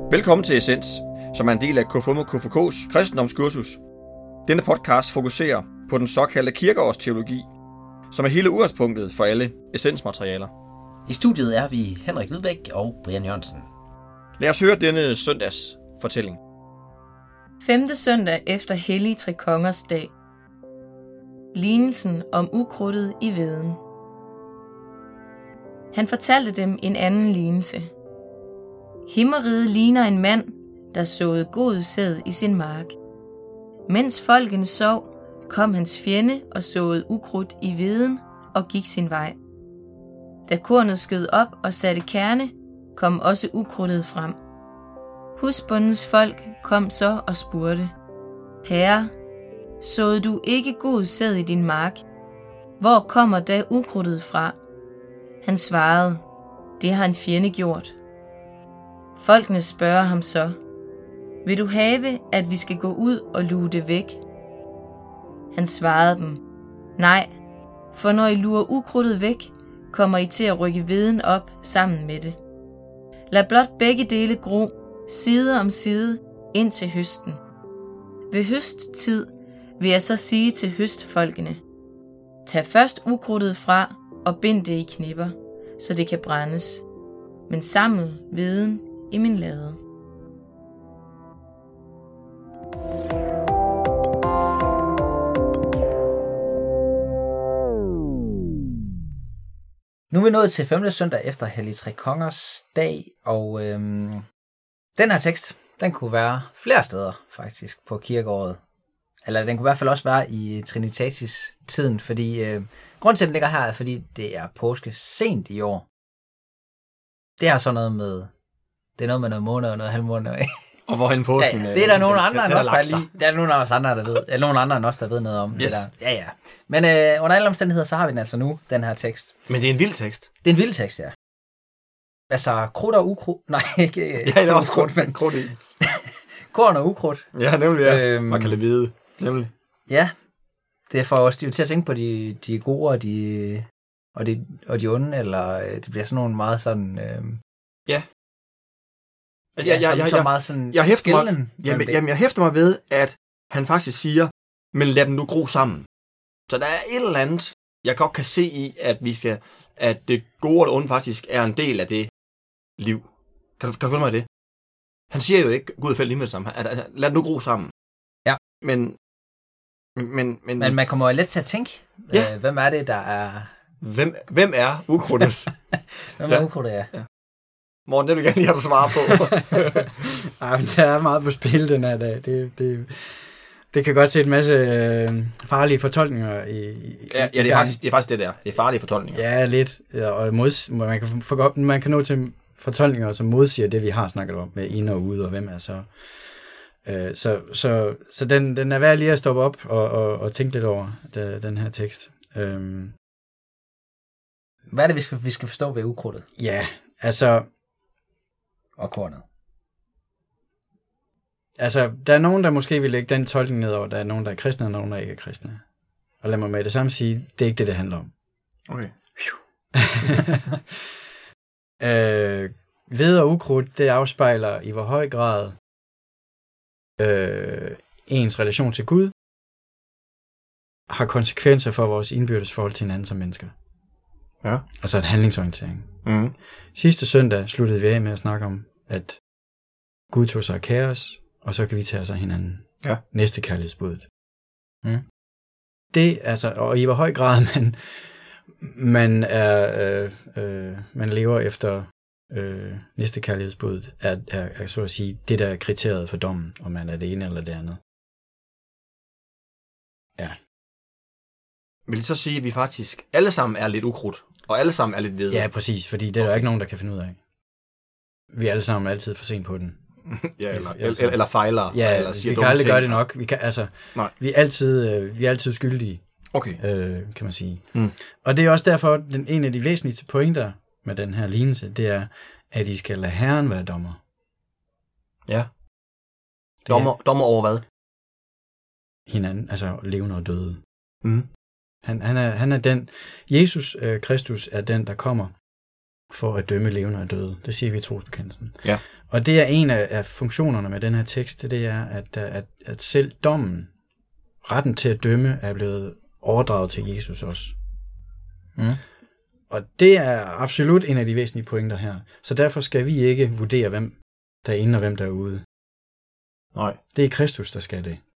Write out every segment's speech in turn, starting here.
Velkommen til Essens, som er en del af KFUM og KFK's kristendomskursus. Denne podcast fokuserer på den såkaldte kirkeårsteologi, som er hele udgangspunktet for alle essensmaterialer. I studiet er vi Henrik Hvidbæk og Brian Jørgensen. Lad os høre denne søndags fortælling. 5. søndag efter Hellige Tre Kongers dag. Lignelsen om ukrudtet i hveden. Han fortalte dem en anden lignelse. Himmeriget ligner en mand, der såede god sæd i sin mark. Mens folkene sov, kom hans fjende og såede ukrudt i hveden og gik sin vej. Da kornet skød op og satte kerne, kom også ukrudtet frem. Husbondens folk kom så og spurgte: Herre, såede du ikke god sæd i din mark? Hvor kommer da ukrudtet fra? Han svarede: Det har en fjende gjort. Folkene spørger ham så: Vil du have, at vi skal gå ud og luge det væk? Han svarede dem: Nej, for når I lurer ukrudtet væk, kommer I til at rykke hveden op sammen med det. Lad blot begge dele gro, side om side, ind til høsten. Ved høsttid vil jeg så sige til høstfolkene: Tag først ukrudtet fra og bind det i knipper, så det kan brændes, men saml hveden i min lade. Nu er vi nået til 5. søndag efter Hellige Tre Kongers dag, og den her tekst, den kunne være flere steder faktisk på kirkeåret. Eller den kunne i hvert fald også være i Trinitatis-tiden, fordi grunden til, at den ligger her, er, fordi det er påske sent i år. Det har så noget med, det er noget med noget måned og noget halvmåned. Og hvorhen påsken? Ja, det er der nogle andre end os, der er nogle af os andre, der ved. Eller nogle andre end os, der ved noget om det der. Ja. Men under alle omstændigheder, så har vi den altså nu, den her tekst. Men det er en vild tekst. Det er en vild tekst, ja. Altså, krudt og ukrudt. Nej, ikke. Ja, det er også krudt i. Korn og ukrudt. Ja, nemlig, ja. Man kan det vide. Nemlig. Ja, det får os til at tænke på de gode og de onde, eller det bliver sådan nogle meget sådan... Ja. Så meget sådan jeg hæfter mig ved, at han faktisk siger, men lad dem nu gro sammen. Så der er et eller andet, jeg godt kan se i, at det gode og det onde faktisk er en del af det liv. Kan du følge mig i det? Han siger jo ikke, Gud fælde lige med det samme. Lad dem nu gro sammen. Ja. Men man kommer jo let til at tænke, hvem er det, der er... Hvem er ukrudtet? Hvem er ukrudtet, ja. Morten, det vil jeg gerne lige have, du svarer på. Men der er meget på spil den her dag. Det kan godt se en masse farlige fortolkninger det er faktisk det der. Det er farlige fortolkninger. Ja, lidt. Ja, og man kan nå til fortolkninger, som modsiger det, vi har snakket om med ind og ud, og hvem er så. Så den er værd lige at stoppe op og tænke lidt over den her tekst. Hvad er det, vi skal forstå ved ukrudtet? Ja, altså... Og kornet. Altså, der er nogen, der måske vil lægge den tolkning ned over. Der er nogen, der er kristne, og nogen, der ikke er kristne. Og lad mig med det samme sige, det er ikke det handler om. Okay. Hvede og ukrudt, det afspejler i hvor høj grad ens relation til Gud har konsekvenser for vores indbyrdes forhold til hinanden som mennesker. Ja. Altså en handlingsorientering. Mm. Sidste søndag sluttede vi af med at snakke om, at Gud tog sig af kaos, og så kan vi tage os af hinanden. Ja. Næste kærlighedsbuddet. Mm. Det, altså, og i hvor høj grad man lever efter næste kærlighedsbuddet, er så at sige det, der er kriteriet for dommen, om man er det ene eller det andet. Ja. Vil det så sige, at vi faktisk alle sammen er lidt ukrudt, og alle sammen er lidt hvede? Ja, præcis, fordi det er der ikke nogen, der kan finde ud af. Vi er alle sammen altid for sent på den. Ja, eller fejler. Ja, eller siger vi kan aldrig ting. gøre det nok. Vi er altid skyldige, okay. Kan man sige. Mm. Og det er også derfor, en af de væsentligste pointer med den her lignelse, det er, at I skal lade Herren være dommer. Ja. Dommer over hvad? Hinanden, altså levende og døde. Mm. Han er den, Jesus Kristus er den, der kommer for at dømme levende og døde. Det siger vi i trosbekendelsen. Ja. Og det er en af funktionerne med den her tekst, det er, at selv dommen, retten til at dømme, er blevet overdraget til Jesus også. Og det er absolut en af de væsentlige pointer her. Så derfor skal vi ikke vurdere, hvem der er inde og hvem der er ude. Nej. Det er Kristus, der skal det.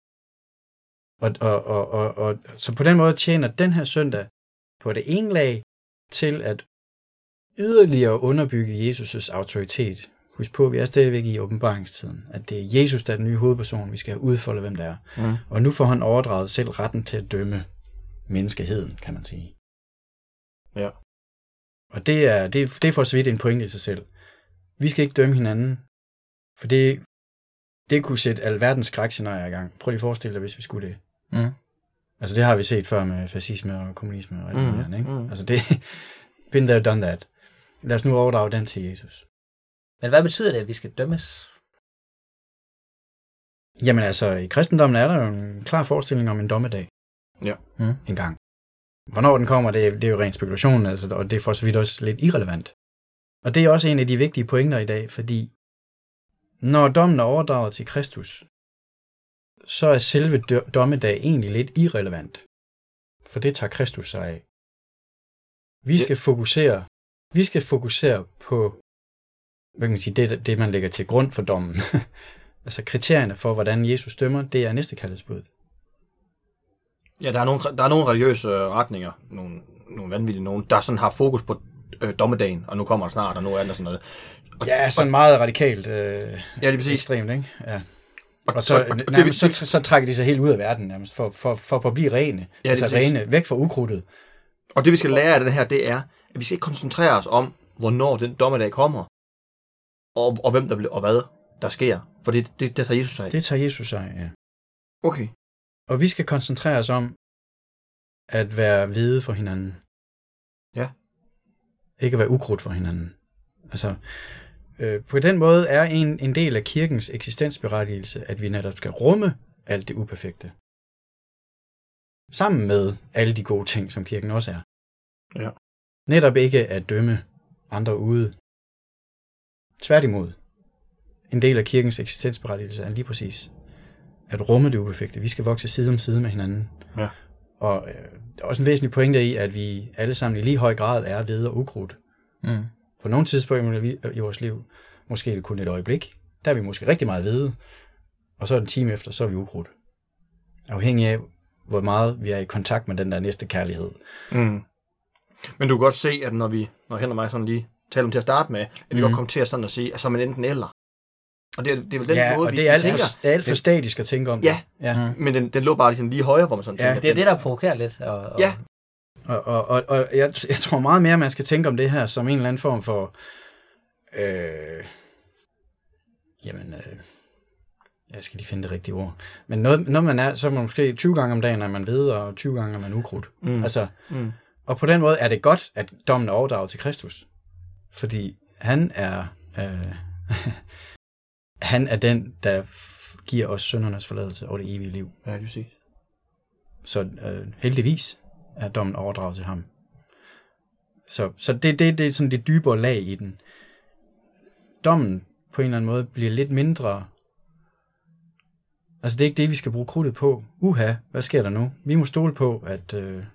Og så på den måde tjener den her søndag på det ene lag til at yderligere underbygge Jesus' autoritet. Husk på, vi er stadigvæk i åbenbaringstiden, at det er Jesus, der er den nye hovedperson, vi skal have udfoldet, hvem der er. Og nu får han overdraget selv retten til at dømme menneskeheden, kan man sige. Ja. Og det er for så vidt en pointe i sig selv. Vi skal ikke dømme hinanden, for det kunne sætte alverdens skrækscenarier i gang. Prøv lige at forestille dig, hvis vi skulle det. Altså det har vi set før med fascisme og kommunisme og alt det der, ikke? Altså det, been there, done that. Lad os nu overdrage den til Jesus. Men hvad betyder det, at vi skal dømmes? Jamen altså, i kristendommen er der jo en klar forestilling om en dommedag. Ja. En gang. Hvornår den kommer, det er jo ren spekulation, altså, og det er for så vidt også lidt irrelevant. Og det er også en af de vigtige pointer i dag, fordi når dommen er overdraget til Kristus, så er selve dommedag egentlig lidt irrelevant. For det tager Kristus sig af. Vi skal fokusere på, hvad kan man sige, det man lægger til grund for dommen. Altså kriterierne for, hvordan Jesus dømmer, det er næstekaldelsbud. Ja, der er nogle religiøse retninger, nogle vanvittige nogen, der sådan har fokus på dommedagen, og nu kommer det snart, og nu er der sådan noget. Ja, sådan meget radikalt ekstremt, ikke? Ja. Og så trækker de sig helt ud af verden, nærmest, for at blive rene. Ja, altså rene, væk fra ukrudtet. Og det vi skal lære af det her, det er, at vi skal ikke koncentrere os om, hvornår den dommedag kommer, og hvem der bliver, og hvad der sker. For det tager Jesus sig af. Det tager Jesus sig af, ja. Okay. Og vi skal koncentrere os om at være hvide for hinanden. Ja. Ikke at være ukrudt for hinanden. Altså, på den måde er en del af kirkens eksistensberettigelse, at vi netop skal rumme alt det uperfekte. Sammen med alle de gode ting, som kirken også er. Ja. Netop ikke at dømme andre ude. Tværtimod. En del af kirkens eksistensberettigelse er lige præcis at rumme det uperfekte. Vi skal vokse side om side med hinanden. Ja. Og der er også en væsentlig pointe i, at vi alle sammen i lige høj grad er hvede og ukrudt. På nogle tidspunkter i vores liv, måske er det kun et øjeblik, der er vi måske rigtig meget hvede, og så en time efter, så er vi ukrudt. Afhængig af, hvor meget vi er i kontakt med den der næste kærlighed. Men du kan godt se, at når Henrik og mig sådan lige taler om til at starte med, at vi godt kommer til at sådan at sige, at så er man enten eller. Og det er vel den måde, vi tænker. Det er alt for statisk at tænke om det. Ja. Men den lå bare ligesom lige højere, hvor man sådan tænker. Det er det, der provokerer lidt. Ja. Og jeg tror meget mere, man skal tænke om det her som en eller anden form for jeg skal lige finde det rigtige ord. Men når man er, så er man måske 20 gange om dagen, er man ved, og 20 gange er man ukrudt. Og på den måde er det godt, at dommen er overdraget til Kristus. Fordi han er han er den, der giver os syndernes forladelse over det evige liv. Ja, det siger. Så heldigvis er dommen overdraget til ham. Så det er sådan det dybere lag i den. Dommen på en eller anden måde bliver lidt mindre. Altså det er ikke det, vi skal bruge krudtet på. Hvad sker der nu? Vi må stole på, at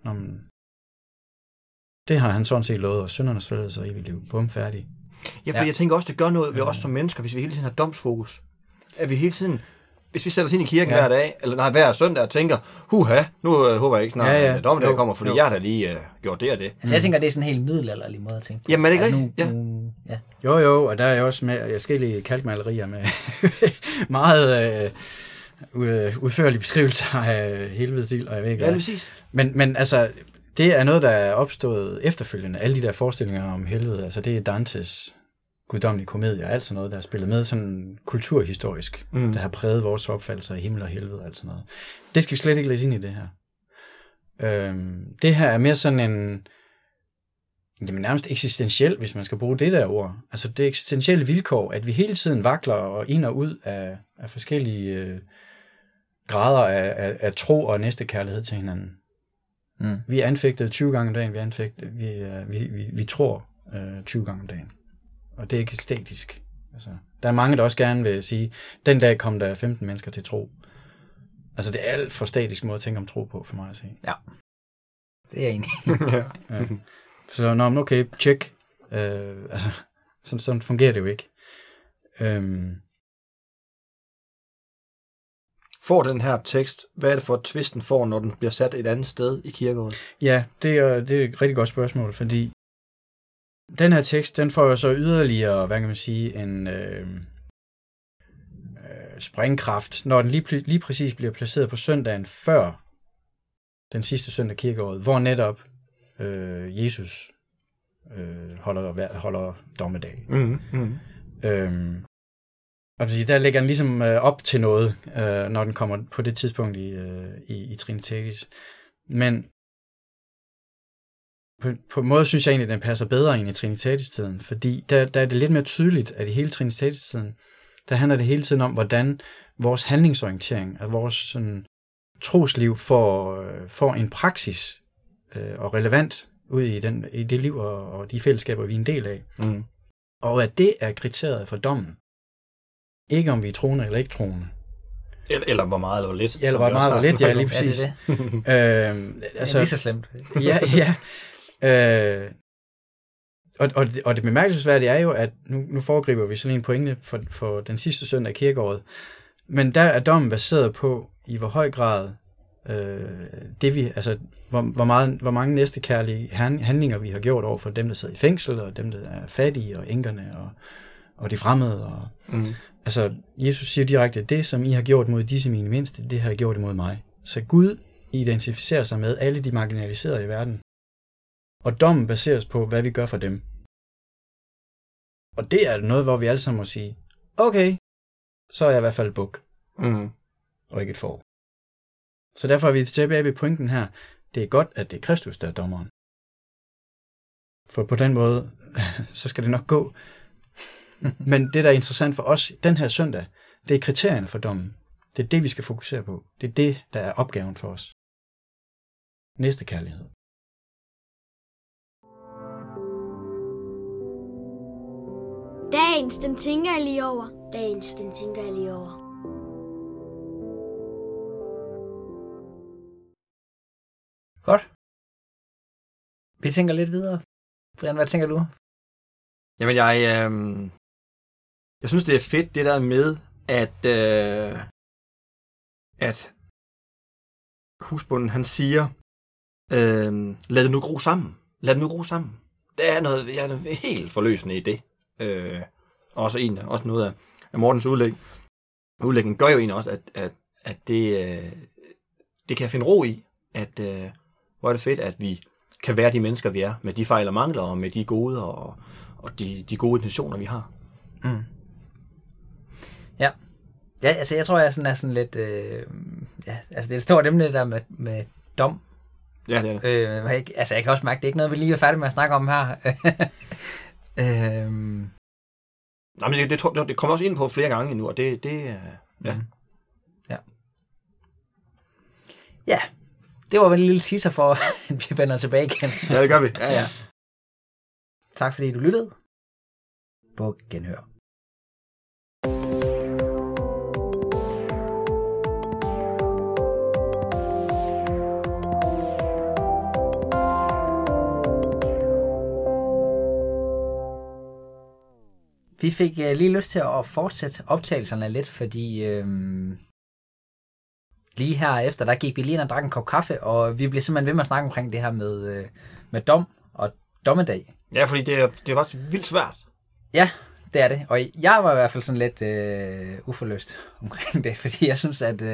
det har han sådan set lovet os, syndernes forladelse og evigt liv. Bum, færdig. Ja, for jeg tænker også, det gør noget ved os som mennesker, hvis vi hele tiden har domsfokus. At vi hele tiden, hvis vi sætter os ind i kirken hver dag, eller hver søndag og tænker, nu håber jeg ikke snart, dommedag kommer, fordi jeg har da lige gjort det og det. Altså jeg tænker, det er sådan en helt middelalderlig måde at tænke på. Jamen er det ikke rigtigt? Ja. Jo, og der er jo også med forskellige kalkmalerier med meget udførlige beskrivelser af helvedes ild, og jeg ved ikke hvad. Ja, præcis. Men altså, det er noget, der er opstået efterfølgende. Alle de der forestillinger om helvede, altså det er Dantes guddommelige komedie og alt sådan noget, der er spillet med sådan kulturhistorisk, der har præget vores opfattelser af himmel og helvede og alt sådan noget. Det skal vi slet ikke læse ind i det her. Det her er mere sådan en nærmest eksistentiel, hvis man skal bruge det der ord. Altså det eksistentielle vilkår, at vi hele tiden vakler og ind og ud af forskellige grader af tro og næstekærlighed til hinanden. Vi er anfægtet 20 gange om dagen, vi tror 20 gange om dagen. Og det er ikke æstetisk. Altså, der er mange, der også gerne vil sige, den dag kom der 15 mennesker til tro. Altså, det er alt for statisk måde at tænke om tro på, for mig at sige. Ja, det er jeg enig. Ja. Så okay, tjek. Altså, sådan fungerer det jo ikke. Får den her tekst, hvad er det for et twist, den får, når den bliver sat et andet sted i kirkeåret? Ja, det er et rigtig godt spørgsmål, fordi den her tekst, den får jo så yderligere, hvad kan man sige, en springkraft, når den lige præcis bliver placeret på søndagen før den sidste søndag kirkeåret, hvor netop Jesus holder dommedag. Og der lægger den ligesom op til noget, når den kommer på det tidspunkt i Trinitatis. Men på en måde synes jeg egentlig, at den passer bedre ind i Trinitatis-tiden, fordi der er det lidt mere tydeligt, at i hele Trinitatis-tiden, der handler det hele tiden om, hvordan vores handlingsorientering og vores sådan, trosliv får en praksis og relevant ud i det liv og de fællesskaber, vi er en del af. Mm. Og at det er kriteriet for dommen. Ikke om vi er troende eller ikke troende. Eller hvor meget eller hvor lidt. Eller hvor meget eller lidt, ja, lige præcis. Det er lige så slemt. Ja. Og det bemærkelsesværdige er jo, at nu foregriber vi sådan en pointe for den sidste søndag af kirkeåret. Men der er dommen baseret på, i hvor høj grad hvor mange næstekærlige handlinger vi har gjort over for dem, der sidder i fængsel, og dem, der er fattige, og enkerne, og de fremmede. Altså, Jesus siger direkte, det, som I har gjort mod disse mine mindste, det har I gjort imod mig. Så Gud identificerer sig med alle de marginaliserede i verden. Og dommen baseres på, hvad vi gør for dem. Og det er noget, hvor vi alle sammen må sige, okay, så er jeg i hvert fald et buk. Og ikke et får. Så derfor er vi tilbage ved pointen her. Det er godt, at det er Kristus, der er dommeren. For på den måde, så skal det nok gå. Men det, der er interessant for os den her søndag, det er kriterierne for dommen. Det er det, vi skal fokusere på. Det er det, der er opgaven for os. Næste kærlighed. Dagens, den tænker jeg lige over. Dagens, den tænker jeg lige over. Godt. Vi tænker lidt videre. Brian, hvad tænker du? Jamen, jeg synes, det er fedt, det der med, at husbunden, han siger, lad det nu gro sammen. Lad det nu gro sammen. Det er noget, jeg er helt forløsende i det. Også noget af Mortens udlægning gør jo egentlig også, at det kan jeg finde ro i, at hvor er det fedt, at vi kan være de mennesker, vi er, med de fejl og mangler, og med de gode og de gode intentioner, vi har. Mm. Ja. Ja, altså jeg tror, jeg sådan er sådan lidt... altså det er et stort emne, der med dom. Ja, det er det. Jeg kan også mærke, det er ikke noget, vi lige er færdige med at snakke om her. Nej, men det kommer også ind på flere gange nu, og det ja. Ja, det var vel en lille teaser for, at vi vender tilbage igen. Ja, det gør vi. Ja. Tak fordi du lyttede. På genhør. Vi fik lige lyst til at fortsætte optagelserne lidt, fordi lige her efter, der gik vi lige ind og drak en kop kaffe, og vi blev simpelthen ved med at snakke omkring det her med dom og dommedag. Ja, fordi det er faktisk vildt svært. Ja, det er det. Og jeg var i hvert fald sådan lidt uforløst omkring det, fordi jeg synes, at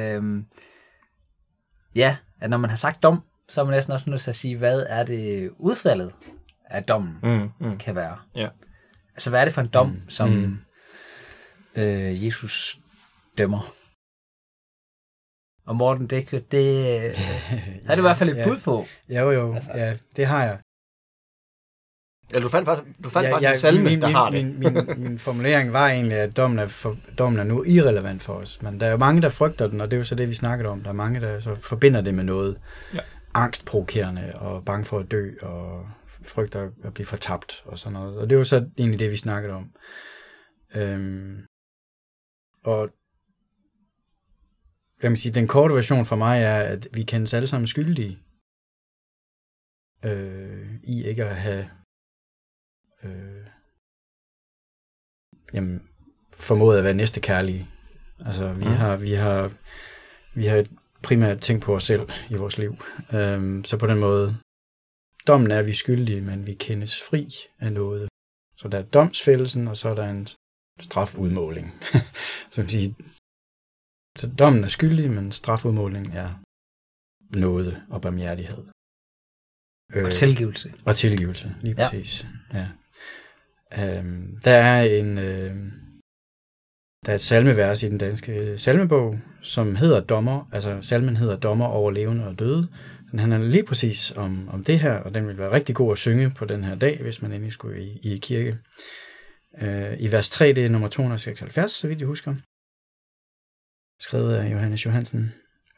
at når man har sagt dom, så er man næsten også nødt til at sige, hvad er det udfaldet af dommen kan være. Ja. Altså, hvad er det for en dom, som Jesus dømmer? Og Morten, det er du i hvert fald et bud på. Jo, altså. Ja, det har jeg. Ja, du fandt faktisk en salme, der har det. Min formulering var egentlig, at dommen er nu irrelevant for os. Men der er jo mange, der frygter den, og det er jo så det, vi snakkede om. Der er mange, der så forbinder det med noget angstprovokerende og bange for at dø og frygter at blive fortabt og sådan noget. Og det var så egentlig det, vi snakkede om. Og jeg vil sige, den korte version for mig er, at vi kendes alle sammen skyldige i ikke at have formået at være næstekærlige. Altså, vi har primært tænkt på os selv i vores liv. Så på den måde, dommen er, at vi er skyldige, men vi kendes fri af noget. Så der er domsfældelsen, og så er der en strafudmåling. Så man sige, så dommen er skyldig, men strafudmålingen er nåde og barmhjertighed. Og tilgivelse. Og tilgivelse, lige præcis. Ja. Der er et salmevers i den danske salmebog, som hedder Dommer, altså salmen hedder Dommer over levende og døde. Den handler lige præcis om det her, og den vil være rigtig god at synge på den her dag, hvis man endelig skulle i kirke. I vers 3, det er nummer 276, så vidt jeg husker. Skrevet af Johannes Johansen.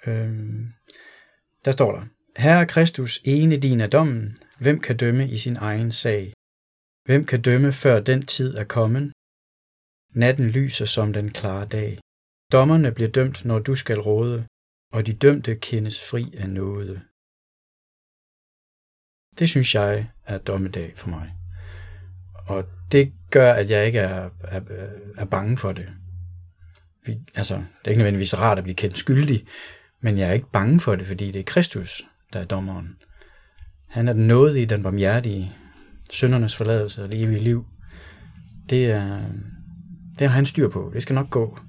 Der står der: Herre Kristus, ene din er dommen, hvem kan dømme i sin egen sag? Hvem kan dømme, før den tid er kommet? Natten lyser som den klare dag. Dommerne bliver dømt, når du skal råde, og de dømte kendes fri af nåde. Det synes jeg er dommedag for mig. Og det gør, at jeg ikke er bange for det. Det er ikke nødvendigvis rart at blive kendt skyldig, men jeg er ikke bange for det, fordi det er Kristus, der er dommeren. Han er den nådige, den barmhjertige, syndernes forladelse og det evige liv. Det har han styr på. Det skal nok gå.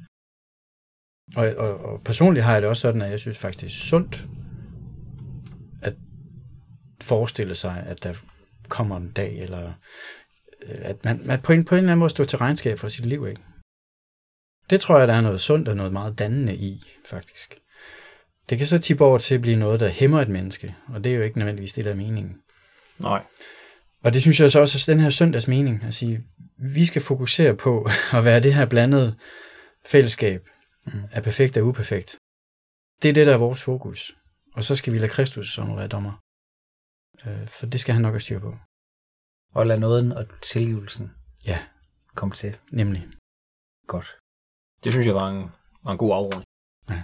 Og personligt har jeg det også sådan, at jeg synes faktisk, det er sundt at forestille sig, at der kommer en dag, eller at man på en eller anden måde står til regnskab for sit liv, ikke? Det tror jeg, der er noget sundt og noget meget dannende i, faktisk. Det kan så tippe over til at blive noget, der hæmmer et menneske, og det er jo ikke nødvendigvis det, der er meningen. Nej. Og det synes jeg så også er den her søndags mening, at sige, vi skal fokusere på at være det her blandede fællesskab af perfekt og uperfekt. Det er det, der er vores fokus. Og så skal vi lade Kristus som være dommer. For det skal han nok have styr på. Og lade nåden og tilgivelsen komme til. Nemlig. Godt. Det synes jeg var en god afrunding. Ja.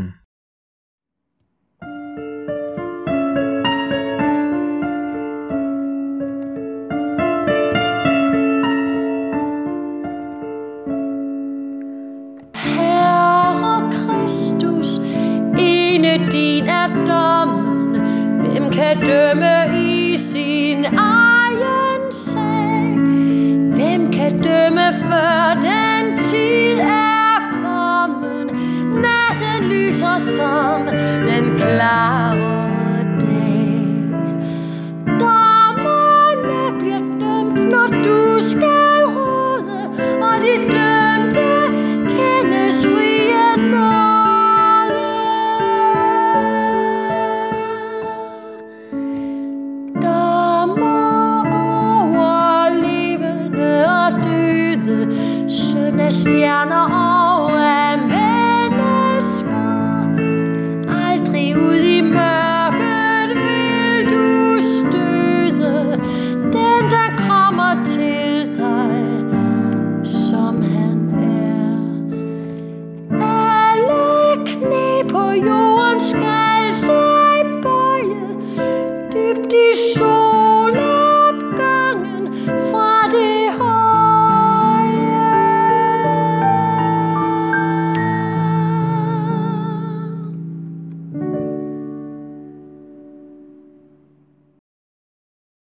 Din er dommen, hvem kan dømme i sin egen sag? Hvem kan dømme før den tid er kommet? Natten lyser som den klare dag. Dommerne bliver dømt, når du skal råde, og de dømte kendes fri af nåde. Stjerner og af mennesker. Aldrig ud i mørket vil du støde. Den der kommer til dig, som han er. Alle knæ på jorden skal sig bøje. Dybt i